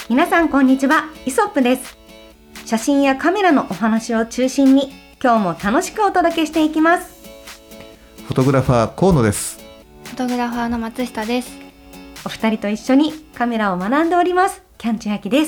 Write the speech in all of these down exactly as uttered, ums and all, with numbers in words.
皆さんこんにちは、イソップです。写真やカメラのお話を中心に今日も楽しくお届けしていきます。 フォトグラファー河野です。 フォトグラファーの松下です。 お二人と一緒にカメラを学んでおりますキャン千秋です。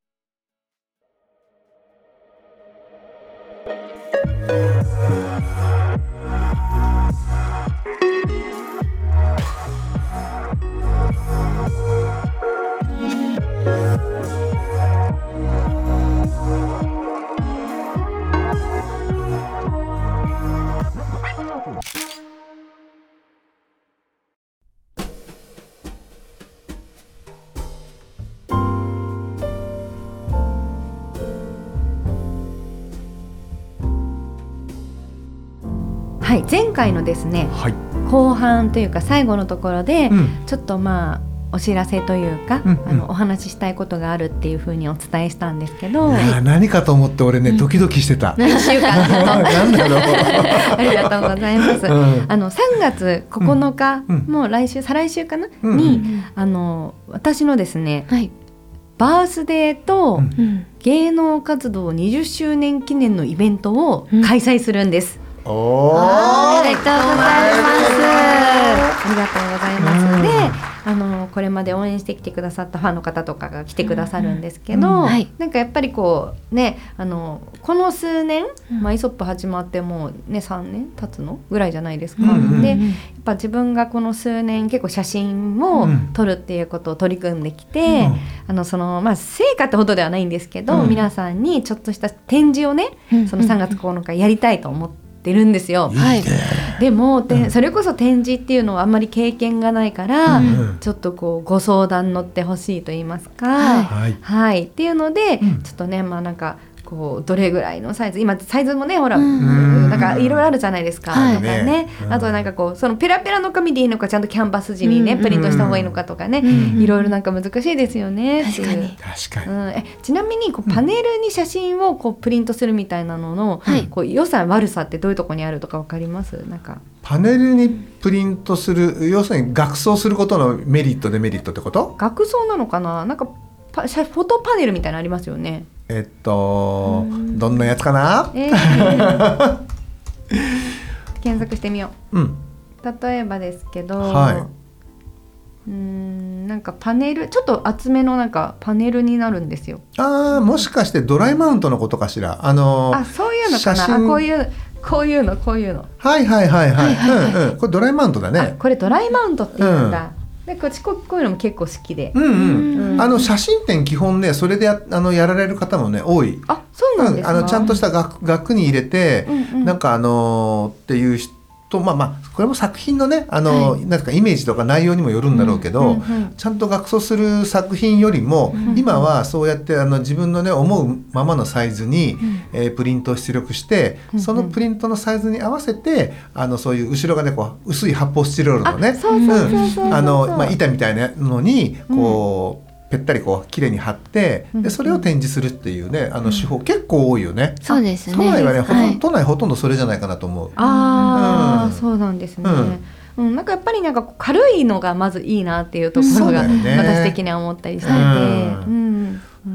はい、前回のですね、はい、後半というか最後のところで、うん、ちょっとまあお知らせというか、うんうん、あのお話ししたいことがあるっていうふうにお伝えしたんですけど、 いや、はい、何かと思って俺ね、うん、ドキドキしてた。 何週間なんだろうありがとうございます、うん、あのさんがつここのか、うん、もう来週再来週かな、うん、に、うん、あの私のですね、はい、バースデーと芸能活動にじゅっしゅうねん記念のイベントを開催するんです、 うん、おありがとうございますありがとうございます、うん、であのこれまで応援してきてくださったファンの方とかが来てくださるんですけど、うんうんはい、なんかやっぱりこうね、あのこの数年、うんまあ、イソップ始まってもうねさんねん経つのぐらいじゃないですか、うんうん、でやっぱ自分がこの数年結構写真を撮るっていうことを取り組んできて、うん、あのそのまあ成果ってほどではないんですけど、うん、皆さんにちょっとした展示をね、うん、そのさんがつここのかやりたいと思っててるんですよ。 はい、 でも、うん、それこそ展示っていうのはあんまり経験がないから、うん、ちょっとこうご相談乗ってほしいと言いますか、はい、はい、っていうので、うん、ちょっとね、まあなんかこうどれぐらいのサイズ、今サイズもねほら、うん、なんかいろいろあるじゃないですか、はい、とかね、うん、あとなんかこうそのペラペラの紙でいいのかちゃんとキャンバス地にね、うん、プリントした方がいいのかとかね、うん、いろいろなんか難しいですよね。 確かに確かに、 うん、えちなみにこうパネルに写真をこうプリントするみたいなのの、うん、こう良さ悪さってどういうところにあるとか分かります？なんかパネルにプリントする、要するに額装することのメリットデメリットってこと？ 額装なのかな、なんかフォトパネルみたいなのありますよね。 えっとどんなやつかな、 えー、検索してみよう、うん、例えばですけど、はい、うーんなんかパネルちょっと厚めのなんかパネルになるんですよ。 あー、もしかしてドライマウントのことかしら。あのあそういうのかな、あこういうこういうのこういうのはいはいはいはい、はいはい、うんうん、これドライマウントだね。 あこれドライマウントって言うんだ、うんでこっちこういうのも結構好きで、 うんうんうん、あの写真展基本ねそれで や, あのやられる方もね多い。 あそうなんですか。 あのちゃんとした額、額に入れて、うんうん、なんかあのー、っていう人まあまあこれも作品のねあの、はい、なんかイメージとか内容にもよるんだろうけど、うんうんうん、ちゃんと額装する作品よりも、うんうん、今はそうやってあの自分のね思うままのサイズに、うんえー、プリントを出力して、うんうん、そのプリントのサイズに合わせてあのそういう後ろがねこう薄い発泡スチロールのね板みたいなのにこう、うんぺったりこう綺麗に貼ってでそれを展示するっていうねあの手法、うん、結構多いよね。 そうですね。 都内はね、はい、都内ほとんどそれじゃないかなと思う。 ああ、うん、そうなんですね、うんうん、なんかやっぱりなんか軽いのがまずいいなっていうところが、ね、私的には思ったりしてて、うんうんうん、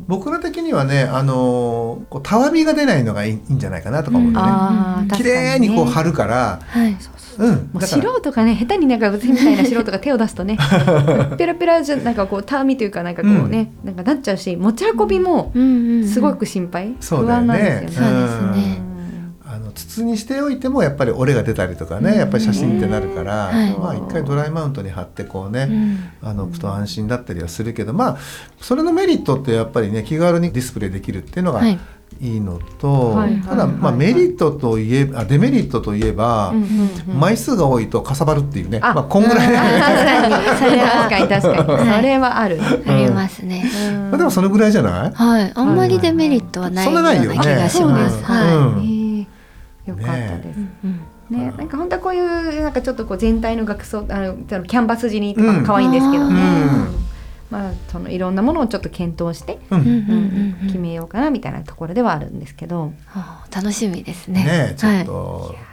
僕ら的にはねあのー、こうたわみが出ないのがいい、いいんじゃないかなとか思うよね、うん、綺麗にこう貼るから、はいうん、 もう素人がね下手になんかうつみたいな素人が手を出すとねペラペラじゃなんかこうたわみというかなんかこうね、うん、なんかなっちゃうし持ち運びもすごく心配、うんうんうん、不安なんですよね。 そうですね。 あの筒にしておいてもやっぱり折れが出たりとかねやっぱり写真ってなるから、はいまあ、一回ドライマウントに貼ってこうね、うん、あの置くと安心だったりはするけどまあそれのメリットってやっぱりね気軽にディスプレイできるっていうのが、はいいいのと、はいはいはい、ただ、まあ、メリットといえばデメリットといえば、うんうんうん、枚数が多いとかさばるっていうねあ、まあ、こんぐらい確かにそれは確かに確かにそれはある、 うん、ありますね、 うんまあ、でもそのぐらいじゃない、 はい、あんまりデメリットはないような気がします、 はい、うんえー、よかったです、ねうんね、なんか本当はこういうなんかちょっとこう全体の額装あのキャンバス地にとかも可愛いんですけどね、うんまあ、そのいろんなものをちょっと検討して、うんうんうんうん、決めようかなみたいなところではあるんですけど、 はあ、楽しみですね。 ねちょっと、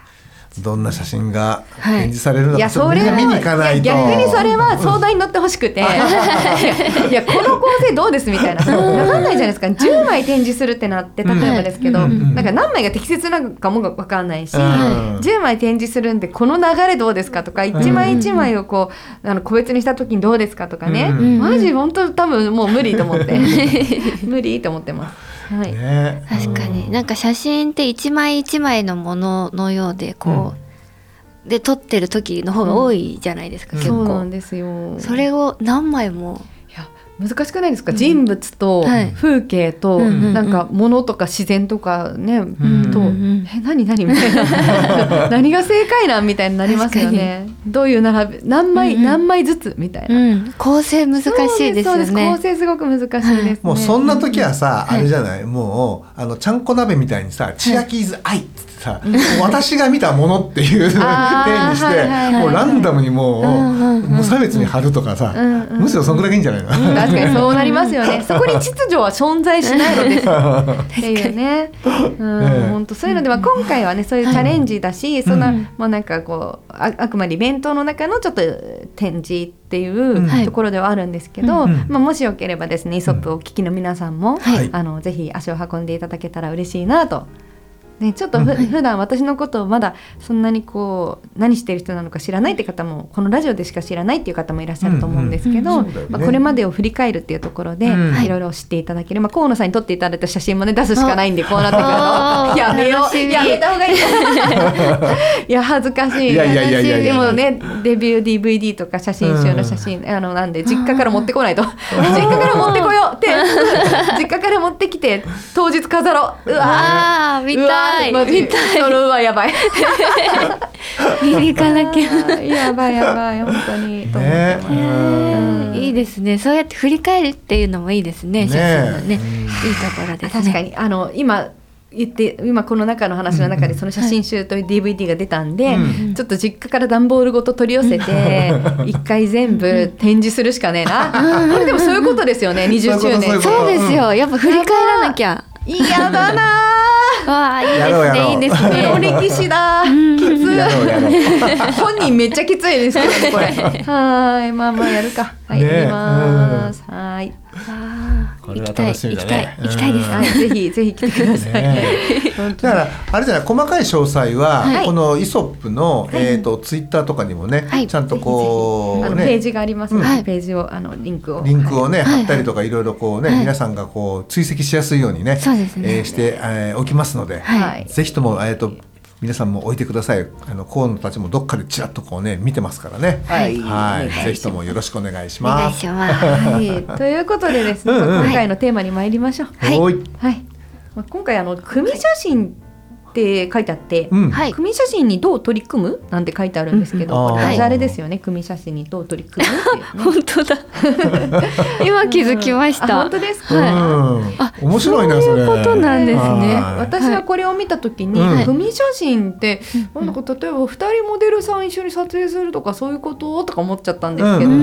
どんな写真が展示されるのか、はい、ちょっとみんな見に行かないと。 逆にそれは相談に乗ってほしくて、いやこの構成どうですみたいな、分かんないじゃないですか。じゅうまい展示するってなって、例えばですけど、うん、なんか何枚が適切なのかも分かんないし、うん、じゅうまい展示するんでこの流れどうですかとか、いちまいいちまいをこうあの個別にした時にどうですかとかね、うん、マジ本当多分もう無理と思って無理と思ってます。はいね、確かになんか写真って一枚一枚のもののようでこう、うん、で撮ってる時の方が多いじゃないですか、うん、結構。 そうなんですよ。 それを何枚も。 いや難しくないですか、うん、人物と風景と、はい、なんか物とか自然とかね、うん、と、うん、え何何みたいな何が正解なんみたいになりますよね。どういう並び何枚、うん、何枚ずつみたいな、うん、 構成難しいですよね。 そうです構成すごく難しいですね、はい、 もうそんな時はさ、うん、あれじゃない、もうあのちゃんこ鍋みたいにさ、千秋イズアイってさ、私が見たものっていう点にして、はいはいはい、もうランダムにもう、うんうん、無差別に貼るとかさ、うんうん、むしろそんぐらいがいいんじゃないの、 うん、確かにそうなりますよね。そこに秩序は存在しないのですっていうね、うん、ね、本当そういうのでは今回はねそういうチャレンジだし、うん、そんな、うん、もうなんかこう あ, あくまでイベントの中のちょっと展示っていうところではあるんですけど、うん、まあ、もしよければですねイソップをお聞きの皆さんも、はい、あのぜひ足を運んでいただけたら嬉しいなと。ね、ちょっとふ、うん、普段私のことをまだそんなにこう何してる人なのか知らないって方もこのラジオでしか知らないっていう方もいらっしゃると思うんですけど、まあ、これまでを振り返るっていうところで、うん、いろいろ知っていただける、まあ、河野さんに撮っていただいた写真もね出すしかないんで、こうなってくるとやめようやめた方がいいいや恥ずかしい。 いやいやいやいやいや、 でもねデビュー ディーブイディー とか写真集の写真、うん、あのなんで実家から持ってこないと実家から持ってこようって実家から持ってきて当日飾ろう。うわー見たいマジそれはやばい見に行かなきゃやばいやばい本当にと思ってます、 ね、いいですね。そうやって振り返るっていうのもいいですね、写真のね、いいところですね。 確かにあの今言って今この中の話の中でその写真集と ディーブイディー が出たんで、うん、ちょっと実家から段ボールごと取り寄せて一回全部展示するしかねえな、うん、でもそういうことですよね。にじゅっしゅうねんそうですよ、やっぱ振り返らなきゃ嫌だなわあいいですねいいですね。 お歴史だきつい本人めっちゃきついですけどねこれはいまあまあやるかはい、ね、やります、うん、はいこれは楽しみだね。 行きたいです、 はい、ぜひぜひ来てください、ね、 だからあれじゃない、細かい詳細は、はい、このイソップの、はい、えーと、ツイッターとかにもね、はい、ちゃんとこう、ね、 ページがありますので、うん、ページをあのリンクをリンクをね、はい、貼ったりとかいろいろこうね、はい、皆さんがこう追跡しやすいようにね、 そうですね、 えー、して、えー、おきますので、はい、ぜひとも、えーと皆さんも置いてください。あの河野たちもどっかでちらっとこうね見てますからね。はい、はい、ぜひともよろしくお願いします。 お願いします。 はい、ということでですね、うんうん、今回のテーマに参りましょう。 はい、はい、 まあ、今回あの組写真って書いてあって、 うん、 組写真にどう取り組むなんて書いてあるんですけど、うん、これダジャレですよね。組写真にどう取り組むっていう、ね、 本当だ今気づきました、 うん、本当ですか、 はい、あ面白いなそれ。 そういうことなんですね。 私はこれを見た時に、はい、組写真って、うん、なんか例えばふたりモデルさん一緒に撮影するとかそういうこととか思っちゃったんですけど、うんうん、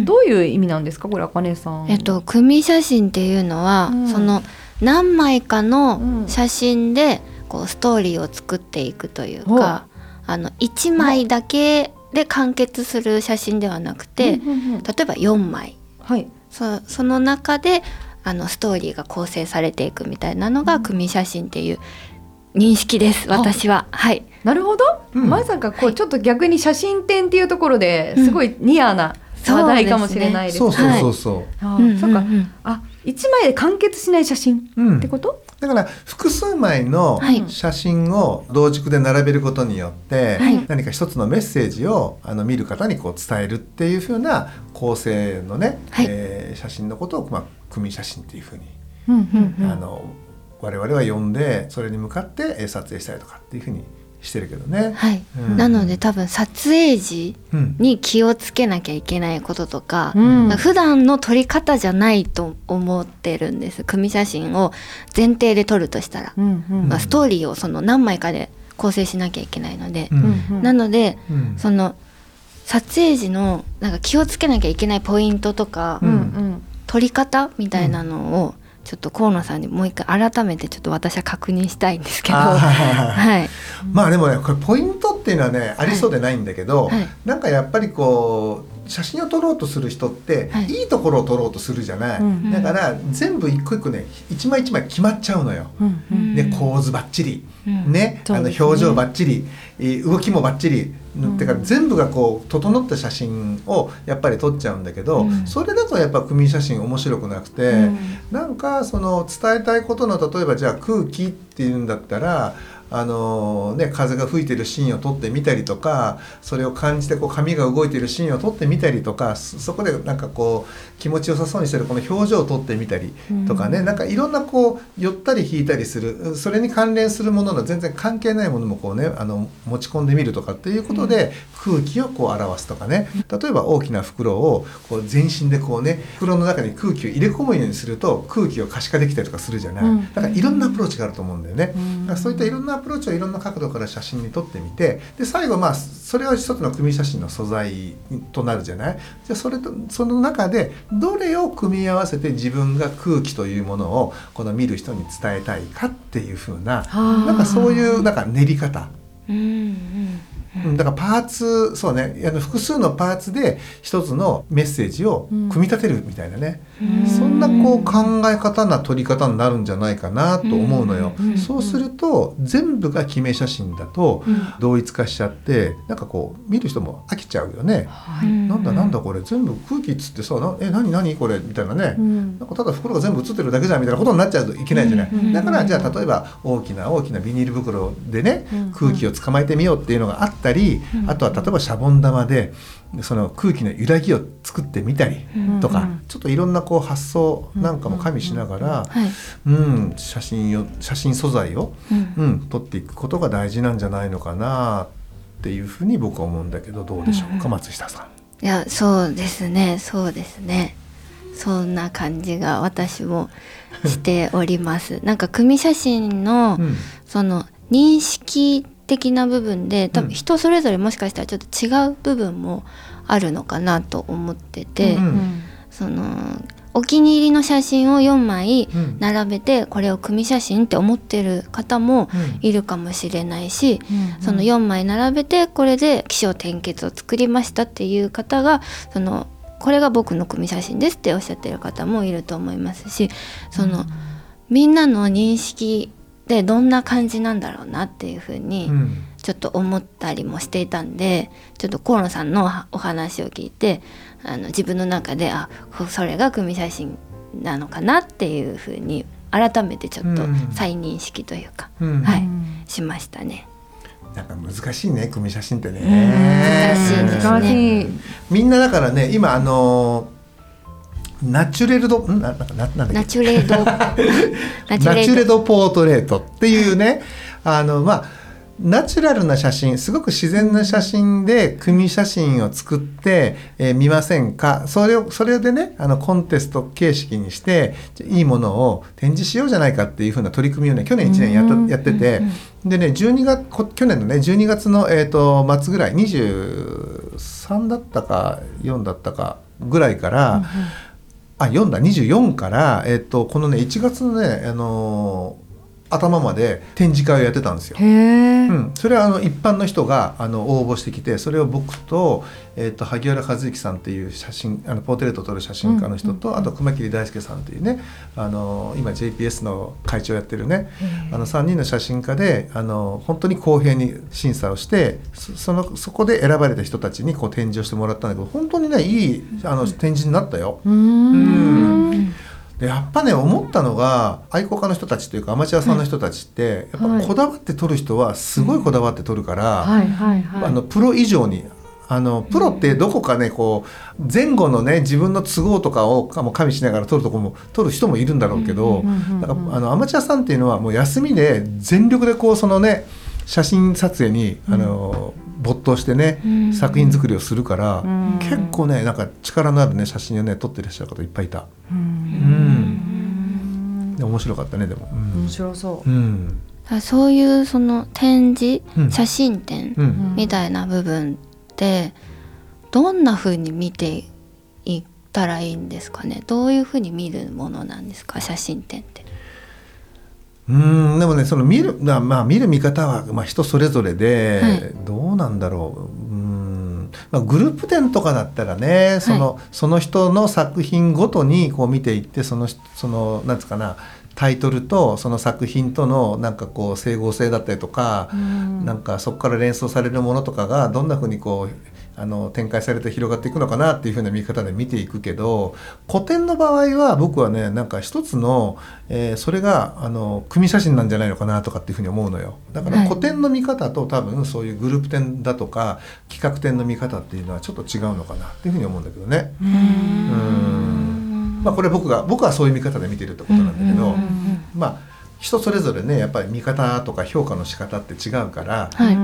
どういう意味なんですかこれ、あかねさん。 えっと、組写真っていうのは、うん、その何枚かの写真で、うんこうストーリーを作っていくというか、あのいちまいだけで完結する写真ではなくて、うんうんうん、例えばよんまい、はい、そ, その中であのストーリーが構成されていくみたいなのが組写真っていう認識です、私は。はい、 なるほど、うん、まさかこうちょっと逆に写真展っていうところですごいニアな話題かもしれないですね。 そうそうそうそう、 はい、あ、そうか、あいちまいで完結しない写真ってこと、 うん、だから複数枚の写真を同軸で並べることによって、はい、何か一つのメッセージをあの見る方にこう伝えるっていう風な構成のね、はい、えー、写真のことを、まあ、組写真っていう風に、うんうんうん、あの我々は読んでそれに向かって撮影したりとかっていう風にしてるけどね、 はい、うん、なので多分撮影時に気をつけなきゃいけないこととか、うん、普段の撮り方じゃないと思ってるんです。組写真を前提で撮るとしたら、うんうん、まあ、ストーリーをその何枚かで構成しなきゃいけないので、うん、なので、うん、その撮影時のなんか気をつけなきゃいけないポイントとか、うんうん、撮り方みたいなのをちょっと河野さんにもう一回改めてちょっと私は確認したいんですけど、はい、 まあでもねこれポイントっっていうのはねありそうでないんだけど、はいはい、なんかやっぱりこう写真を撮ろうとする人って、はい、いいところを撮ろうとするじゃない、うん、だから全部一個一個ね一枚一枚決まっちゃうのよ、うんうん、で構図バッチリ、うんね、あの表情バッチリ、動きもバッチリ、うん、ってか全部がこう整った写真をやっぱり撮っちゃうんだけど、うん、それだとやっぱ組写真面白くなくて、うん、なんかその伝えたいことの例えばじゃあ空気っていうんだったらあのね、風が吹いてるシーンを撮ってみたりとか、それを感じてこう髪が動いてるシーンを撮ってみたりとか、そこでなんかこう気持ちよさそうにしてるこの表情を撮ってみたりとかね、うん、なんかいろんなこう寄ったり引いたりする、それに関連するものの全然関係ないものもこうねあの持ち込んでみるとかっていうことで空気をこう表すとかね、例えば大きな袋をこう全身でこうね袋の中に空気を入れ込むようにすると空気を可視化できたりとかするじゃない、うん、だからいろんなアプローチがあると思うんだよね、うん、だからそういったいろんなアプローチをいろんな角度から写真に撮ってみて、で最後まあそれは一つの組写真の素材となるじゃない。じゃあそれとその中でどれを組み合わせて自分が空気というものをこの見る人に伝えたいかっていう風な、なんかそういうなんか練り方、うんうんうん、だからパーツそうねあの複数のパーツで一つのメッセージを組み立てるみたいなね、うん、そんなこう考え方な撮り方になるんじゃないかなと思うのよ、うんうんうん、そうすると全部が決め写真だと同一化しちゃってなんかこう見る人も飽きちゃうよね、はい、なんだなんだこれ全部空気っつってさなえ何何これみたいなね、うん、なんかただ袋が全部写ってるだけじゃんみたいなことになっちゃうといけないじゃない、うんうんうん、だからじゃあ例えば大きな大きなビニール袋でね、うんうん、空気を捕まえてみようっていうのがあったり、うん、あとは例えばシャボン玉でその空気の揺らぎを作ってみたりとか、うんうん、ちょっといろんなこう発想なんかも加味しながら、うんうんうん、写真を写真素材を、うんうん、撮っていくことが大事なんじゃないのかなっていうふうに僕は思うんだけど、どうでしょうか、うん、松下さん。 いやそうですねそうですねそんな感じが私もしておりますなんか組写真の、うん、その認識的な部分で多分人それぞれもしかしたらちょっと違う部分もあるのかなと思ってて、うんうん、そのお気に入りの写真をよんまい並べてこれを組写真って思ってる方もいるかもしれないし、うんうん、そのよんまい並べてこれで起承転結を作りましたっていう方がそのこれが僕の組写真ですっておっしゃってる方もいると思いますし、その、うん、みんなの認識でどんな感じなんだろうなっていうふうにちょっと思ったりもしていたんで、ちょっと河野さんのお話を聞いてあの自分の中であそれが組写真なのかなっていうふうに改めてちょっと再認識というか、うん、はい、しましたね。 なんか難しいね組写真ってね、 難しいですね。 みんなだからね今あのナチュレルドんななななんだっけナチュレドナチュレドポートレートっていうねあのまあナチュラルな写真すごく自然な写真で組写真を作って、えー、見ませんか。それをそれでねあのコンテスト形式にしていいものを展示しようじゃないかっていう風な取り組みをね去年いちねんやったやってて、でねじゅうにがつ去年のねじゅうにがつの、えーと末ぐらいにじゅうさんだったかよんだったかぐらいから、うんうんあよんだにじゅうよんから、えー、とこのねいちがつのね、あのー、頭まで展示会をやってたんですよ。へー、うん、それはあの一般の人があの応募してきて、それを僕と、えー、と萩原和之さんっていう写真あのポートレートを撮る写真家の人と、うんうんうん、あと熊切大輔さんっていうねあの今 ジェイピーエス の会長やってるねあのさんにんの写真家であの本当に公平に審査をしてそのそこで選ばれた人たちにこう展示をしてもらったんだけど、本当にねいいあの展示になったよ。うーんうんでやっぱね思ったのが愛好家の人たちというかアマチュアさんの人たちって、はい、やっぱこだわって撮る人はすごいこだわって撮るから、はいはいはい、あのプロ以上にあのプロってどこかねこう前後のね自分の都合とかをも加味しながら撮るとこも撮る人もいるんだろうけど、だからあのアマチュアさんっていうのはもう休みで全力でこうそのね写真撮影にあの、うん没頭してね、うん、作品作りをするから、うん、結構ねなんか力のあるね写真をね撮ってらっしゃる方いっぱいいた。うんうんで面白かったねでも、うん、 面白そう、うん、そういうその展示、うん、写真展みたいな部分ってどんな風に見ていったらいいんですかね。どういう風に見るものなんですか写真展って。 うんでもねその見る、まあ、見る見方は、まあ、人それぞれで、はい、どうなんだろう、うんまあ、グループ展とかだったらねその、はい、その人の作品ごとにこう見ていってそのそのなんつうかなタイトルとその作品とのなんかこう整合性だったりとか、うん、なんかそこから連想されるものとかがどんな風にこうあの展開されて広がっていくのかなっていう風な見方で見ていくけど、古典の場合は僕はねなんか一つの、えー、それがあの組写真なんじゃないのかなとかっていう風に思うのよ。だから古典の見方と多分そういうグループ展だとか企画展の見方っていうのはちょっと違うのかなっていう風に思うんだけどね。うーんまあこれ僕が僕はそういう見方で見てるってことなんだけど、まあ人それぞれねやっぱり見方とか評価の仕方って違うから、はいうん、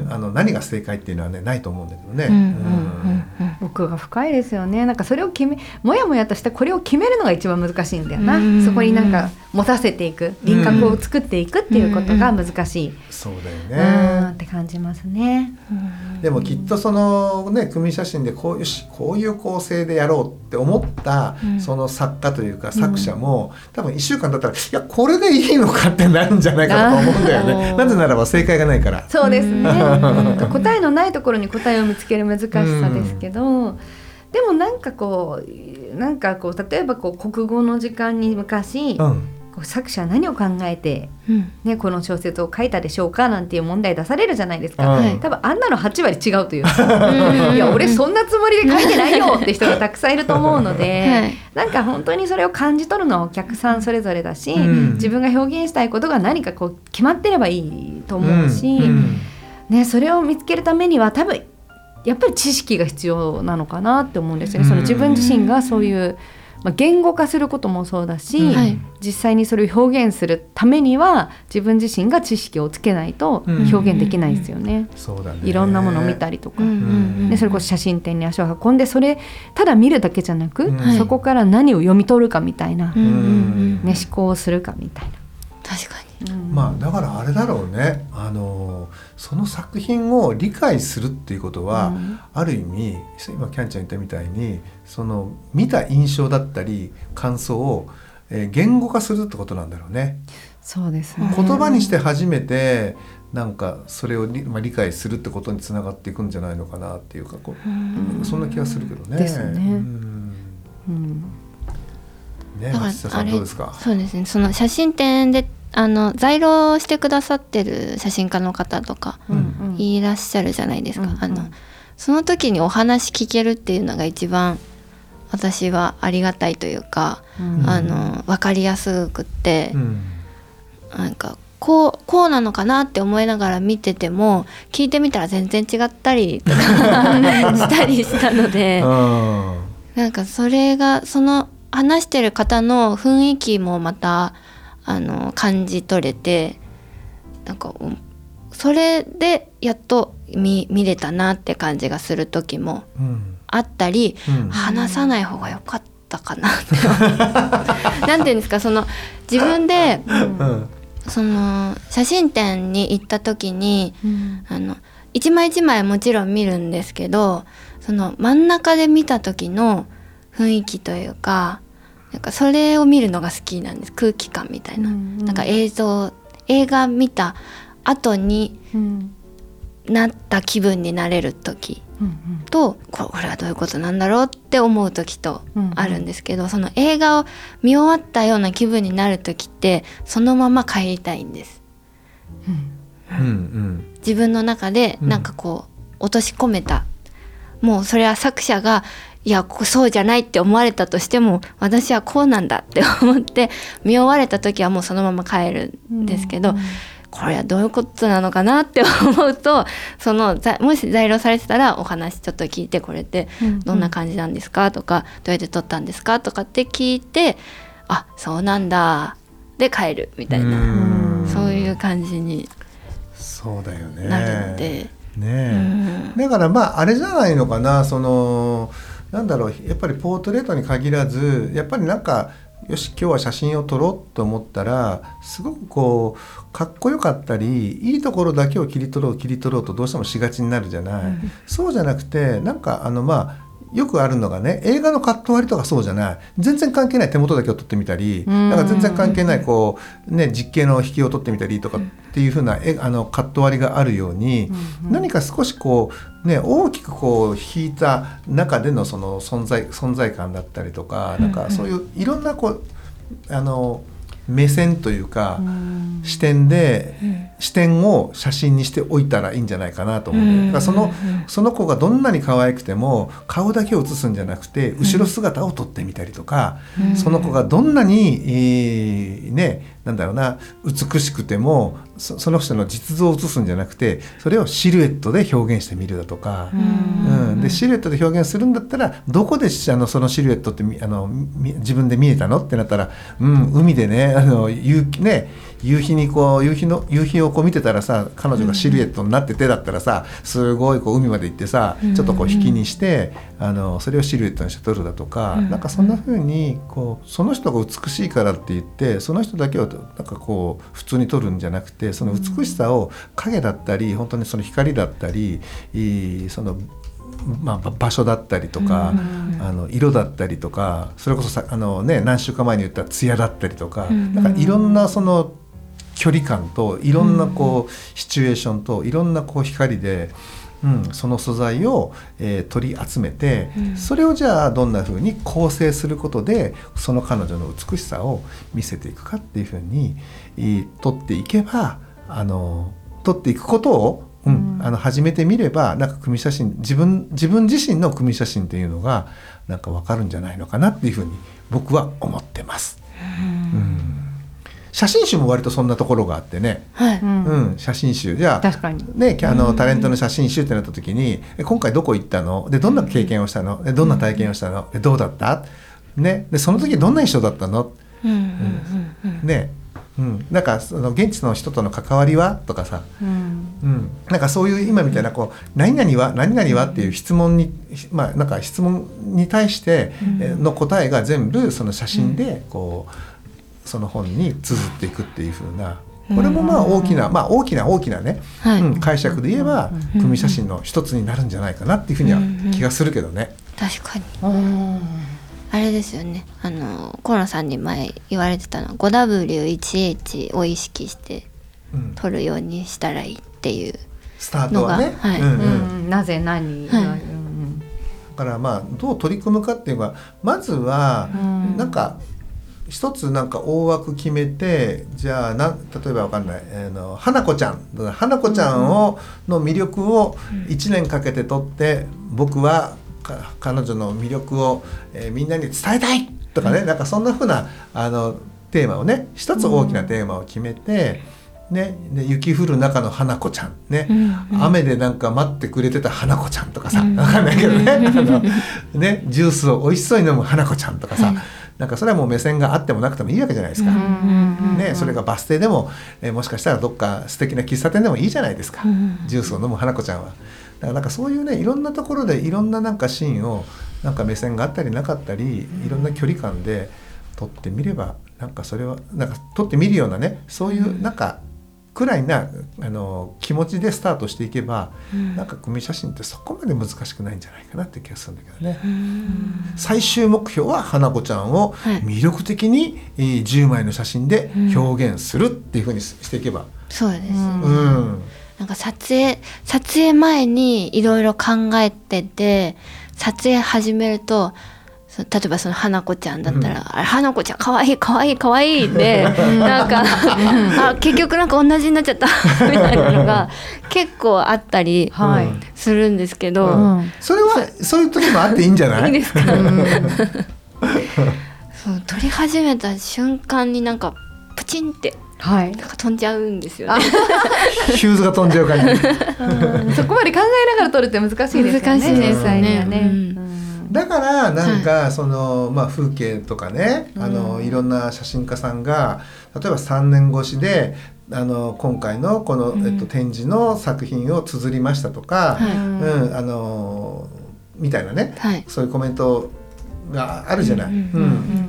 あの何が正解っていうのはねないと思うんだけどね、うんうんうんうん、奥が深いですよね。なんかそれを決めもやもやとしてこれを決めるのが一番難しいんだよな、うんうんうん、そこになんか持たせていく輪郭を作っていくっていうことが難しい、うんうん、 そうだよねって感じますね、 うん、でもきっとそのね組写真でこういうこういう構成でやろうって思った、うん、その作家というか作者も、うん、多分いっしゅうかんだったらいやこれでいいのかってなるんじゃないかと思うんだよね。なぜならば正解がないから。 そうですね答えのないところに答えを見つける難しさですけど、うん、でもなんかこうなんかこう例えばこう国語の時間に昔、うん作者は何を考えて、うんね、この小説を書いたでしょうかなんていう問題出されるじゃないですか、はい、多分あんなのはちわり違うといういや俺そんなつもりで書いてないよって人がたくさんいると思うので、はい、なんか本当にそれを感じ取るのはお客さんそれぞれだし、うん、自分が表現したいことが何かこう決まってればいいと思うし、うんうんね、それを見つけるためには多分やっぱり知識が必要なのかなって思うんですよね。その自分自身がそういうまあ、言語化することもそうだし、はい、実際にそれを表現するためには自分自身が知識をつけないと表現できないですよね、うんうんうん、 そうだね。 いろんなものを見たりとか、うんうんうん、でそれこそ写真展に足を運んでそれただ見るだけじゃなく、うん、そこから何を読み取るかみたいな、うんうんうんね、思考をするかみたいな。 確かに、うん、まあだからあれだろうねあのその作品を理解するっていうことは、うん、ある意味今キャンちゃん言ったみたいにその見た印象だったり感想を、えー、言語化するってことなんだろうね。 そうですね。 言葉にして初めてなんかそれを理、まあ、理解するってことにつながっていくんじゃないのかなっていうかこう、うん、そんな気がするけどね。 ですね。 うんうんね、松下さんどうですか。 そうですね。その写真展であの在廊してくださってる写真家の方とかいらっしゃるじゃないですか、うんうん、あのその時にお話聞けるっていうのが一番私はありがたいというか、うん、あの分かりやすくって、うん、なんかこう、こうなのかなって思いながら見てても聞いてみたら全然違ったりとかしたりしたのでなんかそれがその話してる方の雰囲気もまたあの感じ取れてなんかそれでやっと 見, 見れたなって感じがする時もあったり、うん、話さない方が良かったかなってなんていうんですかその自分で、うん、その写真展に行った時に、うん、あの一枚一枚もちろん見るんですけどその真ん中で見た時の雰囲気というかなんかそれを見るのが好きなんです。空気感みたいな、うんうん、なんか映像映画見た後になった気分になれる時と、うんうん、これはどういうことなんだろうって思う時とあるんですけど、うんうん、その映画を見終わったような気分になる時ってそのまま帰りたいんです、うんうん、自分の中でなんかこう落とし込めた、もうそれは作者がいやそうじゃないって思われたとしても私はこうなんだって思って見終われた時はもうそのまま帰るんですけど、うんうん、これはどういうことなのかなって思うとそのもし在廊されてたらお話ちょっと聞いてこれってどんな感じなんですかとかどうやって撮ったんですかとかって聞いてあそうなんだで帰るみたいな、うん、そういう感じにそうだよねなるのでねえ、うん、だからまああれじゃないのかなそのなんだろうやっぱりポートレートに限らずやっぱりなんかよし今日は写真を撮ろうと思ったらすごくこうかっこよかったりいいところだけを切り取ろう切り取ろうとどうしてもしがちになるじゃない、うん、そうじゃなくてなんかあのまあよくあるのがね、映画のカット割りとかそうじゃない、全然関係ない手元だけを撮ってみたり、なんか全然関係ないこう、ね、実景の引きを撮ってみたりとかっていう風なえあのカット割りがあるように、うんうん、何か少しこう、ね、大きくこう引いた中でのその存在、存在感だったりとか、なんかそういういろんなこうあの目線というか、うん、視点で、うん、視点を写真にしておいたらいいんじゃないかなと思う、うん、だからその、その子がどんなに可愛くても顔だけを写すんじゃなくて後ろ姿を撮ってみたりとか、うん、その子がどんなに、えー、ね、なんだろうな、美しくても そ, その人の実像を写すんじゃなくてそれをシルエットで表現してみるだとか、うんうん、でシルエットで表現するんだったらどこであのそのシルエットってあの自分で見えたのってなったら、うん、海でね、あの夕ね夕日にこう夕日の夕日をこう見てたらさ、彼女がシルエットになっててだったらさ、すごいこう海まで行ってさ、ちょっとこう引きにして、あのそれをシルエットにして撮るだとか、なんかそんな風にこうその人が美しいからって言ってその人だけをなんかこう普通に撮るんじゃなくて、その美しさを影だったり本当にその光だったり、そのまあ、場所だったりとか、うん、あの色だったりとか、それこそさあの、ね、何週間前に言った艶だったりとか、うん、なんかいろんなその距離感といろんなこう、うん、シチュエーションといろんなこう光で、うん、その素材を、えー、取り集めて、うん、それをじゃあどんな風に構成することでその彼女の美しさを見せていくかっていう風に、えー、取っていけば、あの取っていくことをうん、あの始めてみれば、なんか組写真、自分自分自身の組写真っていうのがなんか分かるんじゃないのかなっていうふうに僕は思ってます。うん、写真集も割とそんなところがあってね、はいうん、写真集じゃあ確かに、 ね、あのタレントの写真集ってなった時に、今回どこ行ったので、どんな経験をしたので、どんな体験をしたので、どうだった、ね、でその時どんな印象だったの、うんうん、ねうん、なんかその現地の人との関わりはとかさ、うんうん、なんかそういう今みたいなこう何々は何々はっていう質問に、まあ、なんか質問に対しての答えが全部その写真でこうその本に綴っていくっていう風な、これもまあ大きな、まあ大きな大きなね、はいうん、解釈で言えば組写真の一つになるんじゃないかなっていうふうには気がするけどね。 確かに。あれですよね、あの河野さんに前言われてたのは ごダブリューワンエイチ を意識して撮るようにしたらいいっていうのが、 スタートはね、 はいうんうん、なぜ何、はいうん、だからまあどう取り組むかっていうのは、まずはなんか一つなんか大枠決めて、じゃあな例えばわかんない、えー、の花子ちゃん花子ちゃんをの魅力をいちねんかけて撮って、僕は彼女の魅力を、えー、みんなに伝えたいとかね、なんかそんな風なあのテーマをね、一つ大きなテーマを決めて、うんね、で雪降る中の花子ちゃんね、うんうん、雨でなんか待ってくれてた花子ちゃんとかさ、うん、わかんないけどね、あのねジュースを美味しそうに飲む花子ちゃんとかさ、うん、なんかそれはもう目線があってもなくてもいいわけじゃないですか、うんね、それがバス停でも、えー、もしかしたらどっか素敵な喫茶店でもいいじゃないですか、うん、ジュースを飲む花子ちゃんは。だからなんかそういうね、いろんなところでいろんななんかシーンをなんか目線があったりなかったり、いろんな距離感で撮ってみれば、なんかそれはなんか撮ってみるようなね、そういうなんかくらいなあの気持ちでスタートしていけば、うん、なんか組写真ってそこまで難しくないんじゃないかなって気がするんだけどね。最終目標は花子ちゃんを魅力的にじゅうまいの写真で表現するっていう風にしていけば、うん、 そうです、うんなんか撮影撮影前にいろいろ考えてて、撮影始めると例えばその花子ちゃんだったら、うん、あれ花子ちゃんかわいいかわいいかわいいでなんかあ結局なんか同じになっちゃったみたいなのが結構あったりするんですけど、うんうん、それはそういう時もあっていいんじゃない？ いいですか？そう撮り始めた瞬間になんかプチンってはい、なんか飛んじゃうんですよね。 ヒューズが飛んじゃう感じ、 うん、そこまで考えながら撮るって難しいですよね。 難しいですよね、 ね、 うん、だからなんか、はい、そのまあ、風景とかね、あのいろんな写真家さんが例えばさんねん越しであの今回のこの、えっと、展示の作品を綴りましたとか、はいうん、あのみたいなね、はい、そういうコメントがあるじゃない。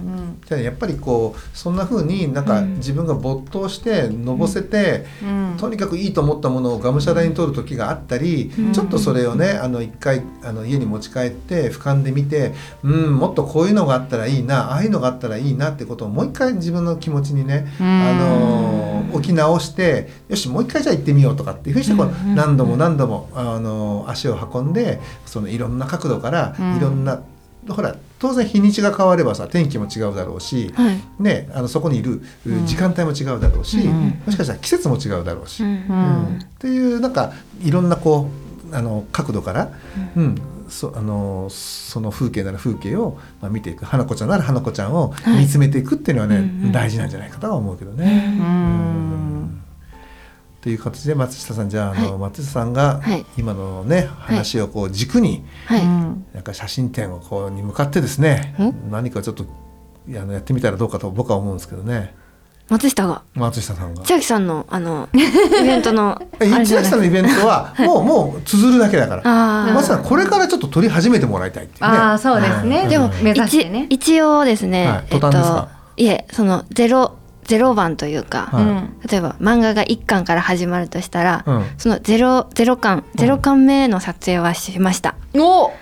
じゃあやっぱりこうそんな風になんか自分が没頭してのぼせて、うん、とにかくいいと思ったものをがむしゃらに取る時があったり、うん、ちょっとそれをねあの一回あの家に持ち帰って俯瞰で見て、うん、もっとこういうのがあったらいいな、ああいうのがあったらいいなってことをもう一回自分の気持ちにね、うん、あの置き直して、よしもう一回じゃあ行ってみようとかっていうふうにしてこう何度も何度もあの足を運んで、そのいろんな角度からいろんな、うん、ほら当然日にちが変わればさ天気も違うだろうし、はいね、あのそこにいる時間帯も違うだろうし、うん、もしかしたら季節も違うだろうし、うんうん、っていうなんかいろんなこうあの角度から、うんうん、そ, あのその風景なら風景を、まあ、見ていく、花子ちゃんなら花子ちゃんを見つめていくっていうのはね、はいうんうん、大事なんじゃないかとは思うけどね。うんうんという形で松下さん、じゃあ、はい、あの松下さんが今のね、はい、話をこう軸に、はい、なんか写真展をこうに向かってですね、はい、何かちょっとやってみたらどうかと僕は思うんですけどね。 松下が松下さんが千秋さんのあのイベントの千秋さんのイベントはもう、はい、もう綴るだけだから松下さんこれからちょっと撮り始めてもらいたいっていうね。 ああそうですね、うん、 でも目指してね一応ですね、はい、 途端ですか、 えっと、いえそのゼロゼロばんというか、はい、例えば漫画がいっかんから始まるとしたら、うん、そのゼロ、ゼロかん、ゼロかんめの撮影はしました。 うん、おはい。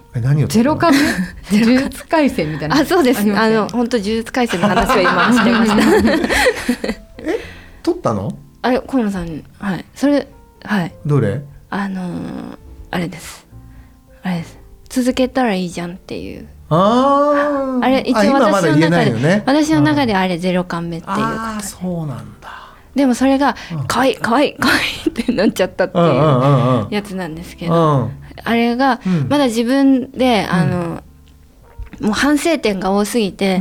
え何をゼロかんめ呪術廻戦みたいな。 あ、そうです。あの本当呪術廻戦の話を今してました。 え、撮ったの？ あれ河野さん、はい。それはい。 どれ？ あのー、あれです。あれです。続けたらいいじゃんっていう。 あ, あれ一応私の中で、 ね、 私の中であれゼロかんめっていうか、 あそうなんだ。 でもそれがかわいいかわいいかわいいってなっちゃったっていうやつなんですけど、うんうん、あれがまだ自分で、うん、あのもう反省点が多すぎて、うん、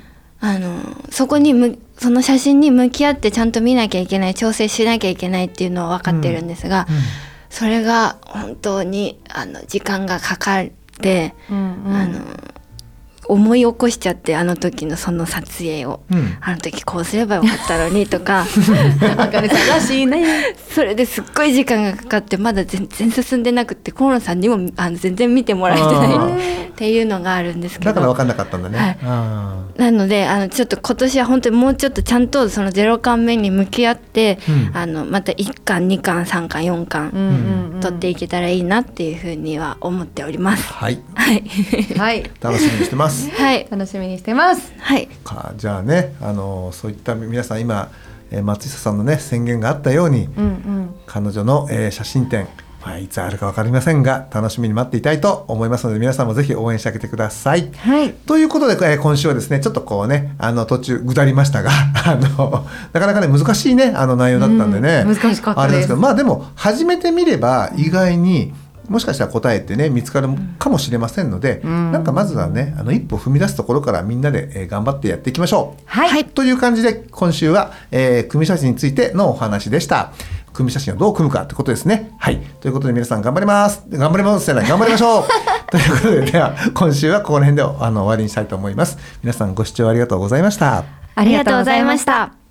あのそこにむその写真に向き合ってちゃんと見なきゃいけない、調整しなきゃいけないっていうのは分かってるんですが、うんうん、それが本当にあの時間がかかるで、うんうん、あの思い起こしちゃって、あの時のその撮影を、うん、あの時こうすればよかったのにとかあかねさんらしいね。 それですっごい時間がかかって、まだ全然進んでなくて河野さんにもあの全然見てもらえてないっていうのがあるんですけど、 だから分かんなかったんだね、はい、 あなのであのちょっと今年は本当にもうちょっとちゃんとそのゼロかんめに向き合って、うん、あのまたいっかんにかんさんかんよんかん、うん、撮っていけたらいいなっていうふうには思っております。 はい、 はいはい、 楽しみにしてます。 はい、 楽しみにしてます。 はい。 かじゃあね、あのそういった皆さん今、えー、松下さんのね宣言があったように、うんうん、彼女の、えー、写真展、まあ、いつあるか分かりませんが楽しみに待っていたいと思いますので、皆さんもぜひ応援してあげてください。 はい。 ということで、えー、今週はですねちょっとこうねあの途中ぐだりましたがあのなかなかね難しいねあの内容だったんでね、 うん、難しかったです。 あれですけど、まあでも始めてみれば意外にもしかしたら答えってね見つかるかもしれませんので、うん、なんかまずはねあの一歩踏み出すところからみんなで、えー、頑張ってやっていきましょう。 はい。 という感じで今週は、えー、組写真についてのお話でした。組写真をどう組むかってことですね。はい。ということで皆さん頑張ります。頑張りますじゃない頑張りましょう。ということででは今週はここら辺であの終わりにしたいと思います。皆さんご視聴ありがとうございました。 ありがとうございました。